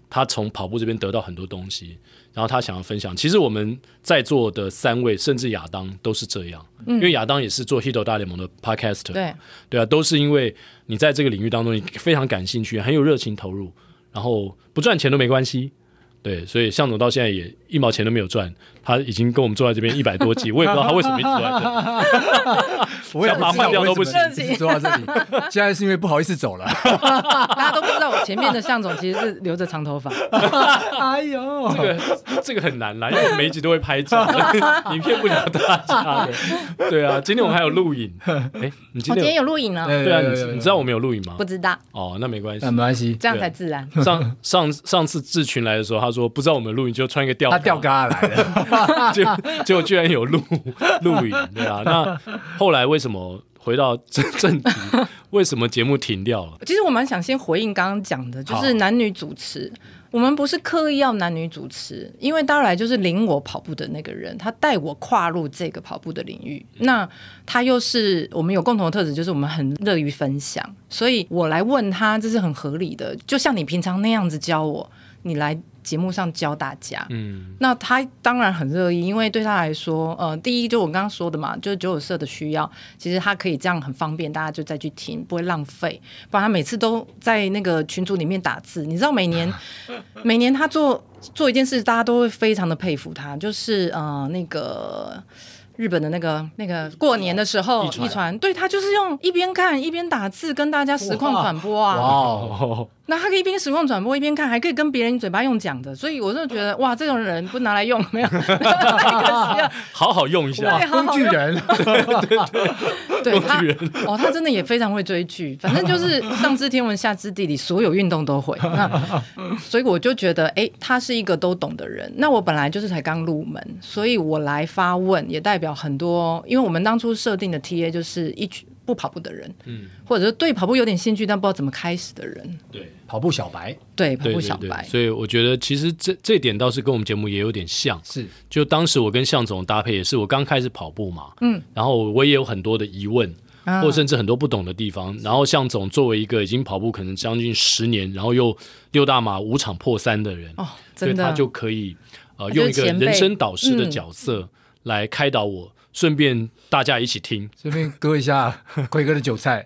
他从跑步这边得到很多东西，然后他想要分享。其实我们在座的3位，甚至亚当都是这样，因为亚当也是做 Hito 大联盟的 podcaster， 对啊，都是因为你在这个领域当中你非常感兴趣，很有热情投入，然后不赚钱都没关系。对，所以向总到现在也1毛钱都没有赚，他已经跟我们坐在这边100多集，我也不知道他为什么一直坐在这里，想把他换掉都不行。 坐到这里，现在是因为不好意思走了。 大家都不知道我前面的向总其实是留着长头发。 哎呦， 这个很难啦，因为我每一集都会拍照，你骗不了大家的。对啊，今天我们还有录影。你今天有录影呢？ 对啊，你知道我们有录影吗？ 不知道。 哦，那没关系， 那没关系， 这样才自然。 上次志群来的时候，他说不知道我们录影，就穿一个吊， 他吊嘎来的， 结果居然有录影，对啊。那后来为什么回到正题？为什么节目停掉了？ 其实我蛮想先回应刚刚讲的，就是男女主持。我们不是刻意要男女主持，因为当然就是领我跑步的那个人，他带我跨入这个跑步的领域。那他又是我们有共同的特质，就是我们很乐于分享，所以我来问他，这是很合理的。就像你平常那样子教我，你来节目上教大家，那他当然很乐意，因为对他来说，第一就我刚刚说的嘛，就是九九社的需要，其实他可以这样很方便，大家就再去听，不会浪费。不然他每次都在那个群组里面打字，你知道每年他做一件事，大家都会非常的佩服他，就是那个。日本的那个过年的时候，一传对他就是用一边看一边打字跟大家实况转播啊。哇！那他可以一边实况转播一边看，还可以跟别人嘴巴用讲的，所以我就觉得哇，这种人不拿来用没有？ 好好用一下， 工具人。 对他真的也非常会追剧，反正就是上知天文下知地理，所有运动都会。所以我就觉得，他是一个都懂的人。那我本来就是才刚入门，所以我来发问，也代表很多，因为我们当初设定的 TA 就是一群不跑步的人，或者是对跑步有点兴趣但不知道怎么开始的人， 对， 跑步小白， 对，跑步小白。 所以我觉得其实这点倒是跟我们节目也有点像， 是， 就当时我跟向总搭配也是我刚开始跑步嘛，然后我也有很多的疑问，或甚至很多不懂的地方，然后向总作为一个已经跑步可能将近10年，然后又6大马5场破3的人，所以他就可以用一个人生导师的角色来开导我，顺便大家一起听， 顺便割一下奎哥的韭菜。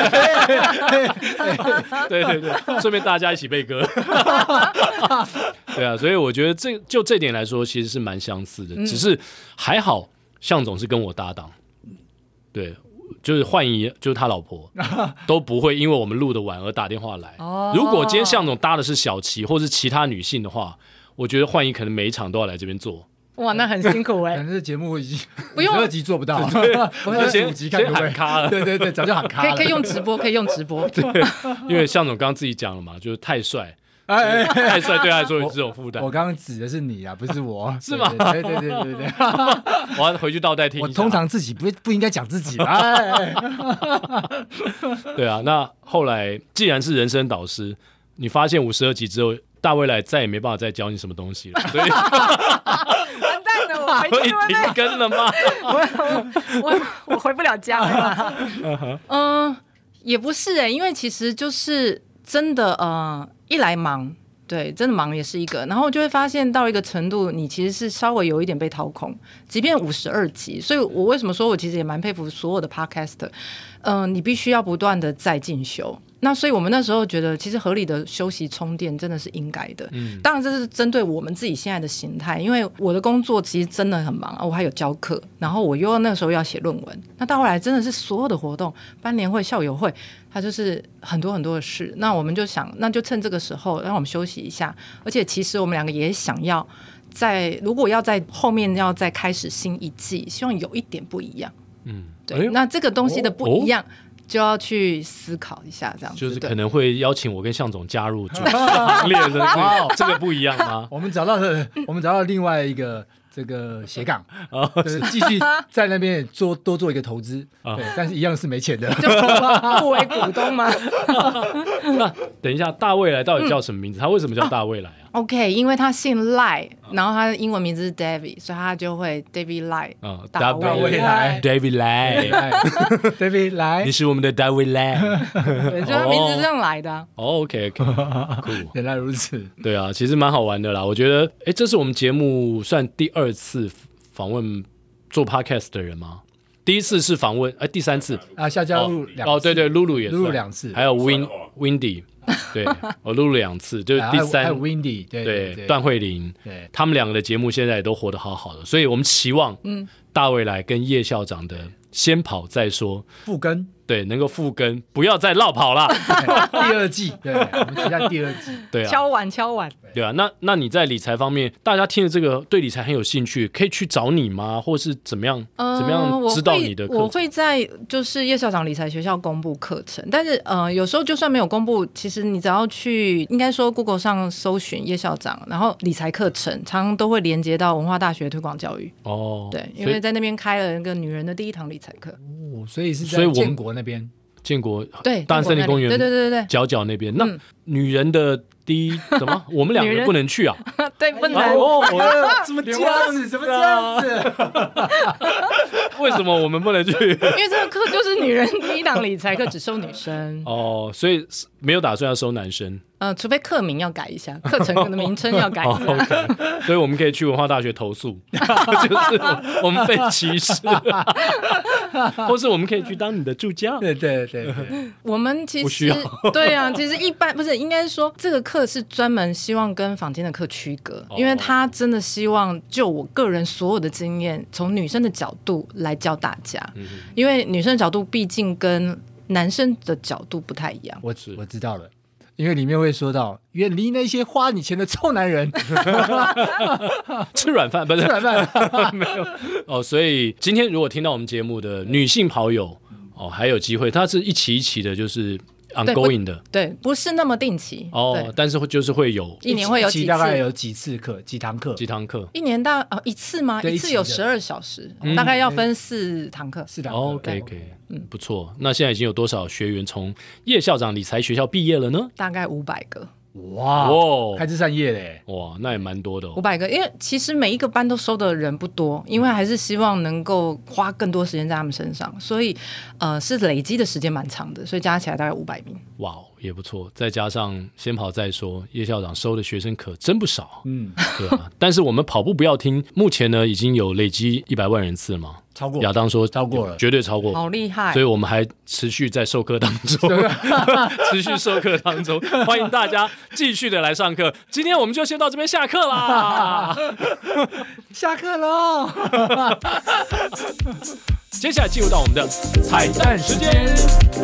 对，顺便大家一起被割。对啊，所以我觉得就这点来说，其实是蛮相似的，只是还好向总是跟我搭档，对。就是焕仪，就是他老婆都不会因为我们录的晚而打电话来。如果今天向总搭的是小琪或是其他女性的话，我觉得焕仪可能每一场都要来这边做。 哇，那很辛苦反正这节目已经不用 12集做不到， 我就先喊咖了。 对，早就喊咖了。 可以用直播， 对，因为向总刚刚自己讲了嘛，就是太帅。太帅对他来说有这种负担。 我刚刚指的是你啊，不是我， 是吗？ 对。 我要回去倒带听一下。 我通常自己不应该讲自己。 对啊，那后来既然是人生导师，你发现52集之后，大未来再也没办法再教你什么东西了，所以完蛋了，我回去停更了吗？ 我回不了家了。也不是因为其实就是真的一来忙，对，真的忙也是一个，然后就会发现到一个程度，你其实是稍微有一点被掏空，即便52集，所以我为什么说我其实也蛮佩服所有的 podcaster，你必须要不断的在进修。那所以我们那时候觉得其实合理的休息充电真的是应该的，当然这是针对我们自己现在的形态，因为我的工作其实真的很忙，我还有教课，然后我又那个时候要写论文，那到后来真的是所有的活动，班联会、校友会，它就是很多很多的事，那我们就想那就趁这个时候让我们休息一下，而且其实我们两个也想要如果要在后面要再开始新一季，希望有一点不一样，对，那这个东西的不一样就要去思考一下，这样子就是可能会邀请我跟向总加入主持行列的，这个不一样吗？ 我们找到另外一个这个斜杠，继续在那边多做一个投资，对，但是一样是没钱的， 就不为股东吗？ 那等一下，大未来到底叫什么名字？他为什么叫大未来啊？ OK， 因为他姓赖，然后他的英文名字是 David， 所以他就会 David 赖。 大卫来 ，David 赖 ，David 来， 你是我们的 David 赖。 对，就他名字是这样来的。 OK， 酷。 原来如此。 对啊，其实蛮好玩的啦。我觉得，这是我们节目算第2次访问做 podcast 的人吗？第一次是访问，第3次啊，夏家露2次， 对，露露也算， 露露2次， 还有 Windy。对，我录了2次，就是第3， 还有 Windy， 对， 段慧玲，对，他们2个的节目现在也都活得好好的，所以我们期望，大卫来跟叶校长的先跑再说复更， 对，能够复更，不要再落跑了。 第2季，对，我们期待第2季， 对啊， 敲碗， 对啊，那你在理财方面，大家听了这个对理财很有兴趣，可以去找你吗？或是怎么样知道你的课程？ 我会在就是叶校长理财学校公布课程，但是有时候就算没有公布，其实你只要去应该说 Google 上搜寻叶校长，然后理财课程，常常都会连接到文化大学推广教育。对，因为在那边开了一个女人的第1堂理财课。 所以是在建国那边。 建国对大安森林公园对角那边，那女人的第一什么？我们2个不能去啊？ 对，不能。 怎么这样子？怎么这样子？ 为什么我们不能去？因为这个课就是女人第1堂理财课，只收女生。 所以没有打算要收男生。 除非课名要改一下，课程的名称要改一下。 Okay， 所以我们可以去文化大学投诉，就是我们被歧视，或是我们可以去当你的助教。 对， 我们其实不需要。 对啊，其实一般不是，应该说这个课是专门希望跟坊间的课区隔，因为他真的希望就我个人所有的经验，从女生的角度来教大家，因为女生的角度毕竟跟男生的角度不太一样。 我知道了。因为里面会说到远离那些花你钱的臭男人， 吃软饭不是吃软饭没有所以今天如果听到我们节目的女性跑友还有机会，它是一期的，就是 ongoing 的， 对，不是那么定期但是就是会有一年会有几次， 大概有几次课，几堂课， 一年一次吗？一次有12小时，大概要分4堂课 ，4堂课。 OK，不错。那现在已经有多少学员从叶校长理财学校毕业了呢？ 大概500个。 哇，开枝散叶嘞！ 哇，那也蛮多的 500个，因为其实每一个班都收的人不多，因为还是希望能够花更多时间在他们身上，所以是累积的时间蛮长的，所以加起来大概500名。 哇，也不错。再加上先跑再说，叶校长收的学生可真不少。对啊。但是我们跑步不要听，目前呢已经有累积100万人次了嘛。 超过， 亚当说超过了， 绝对超过， 好厉害！ 所以我们还持续在授课当中，欢迎大家继续的来上课。今天我们就先到这边下课啦， 下课喽！ 接下来进入到我们的彩蛋时间。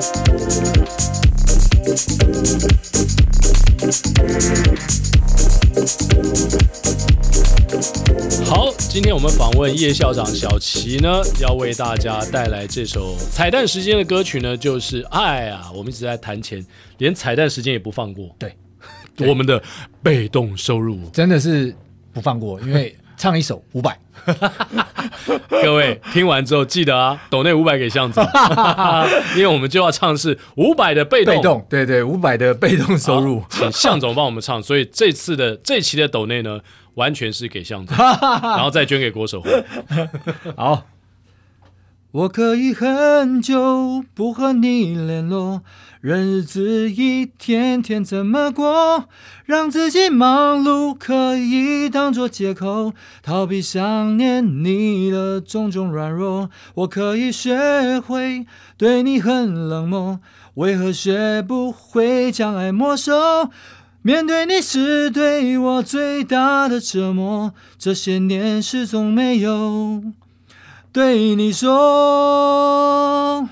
好，今天我们访问叶校长小齐呢，要为大家带来这首彩蛋时间的歌曲呢，就是我们一直在谈钱，连彩蛋时间也不放过。对，我们的被动收入真的是不放过，因为唱一首500。 各位听完之后记得抖内500给向总，因为我们就要唱是500的被动， 对，500的被动收入， 请向总帮我们唱。所以这一期的抖内呢，完全是给向总，然后再捐给国手会。 好，我可以很久不和你联络，日子一天天怎么过，让自己忙碌可以当作借口，逃避想念你的种种软弱。我可以学会对你很冷漠，为何学不会将爱没收？面对你是对我最大的折磨，这些年始终没有对你说，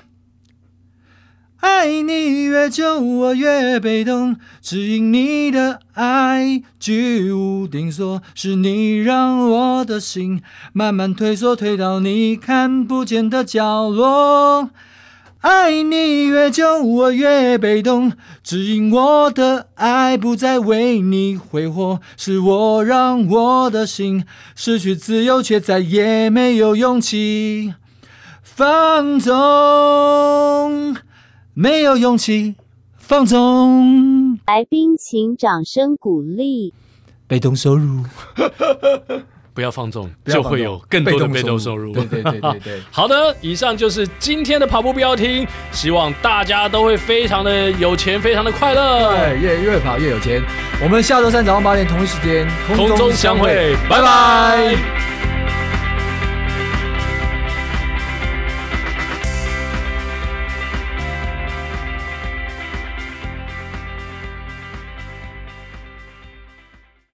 爱你越久我越被动，只因你的爱居无定所，是你让我的心慢慢退缩，退到你看不见的角落。爱你越久我越被动，只因我的爱不再为你挥霍，是我让我的心失去自由，却再也没有勇气放纵，没有勇气放纵。 来宾请掌声鼓励。 被动收入。 不要放纵，就会有更多的被动收入。 对。 好的，以上就是今天的跑步不要停，希望大家都会非常的有钱，非常的快乐。 对，越跑越有钱。我们下周三早上8点同一时间空中相会，拜拜。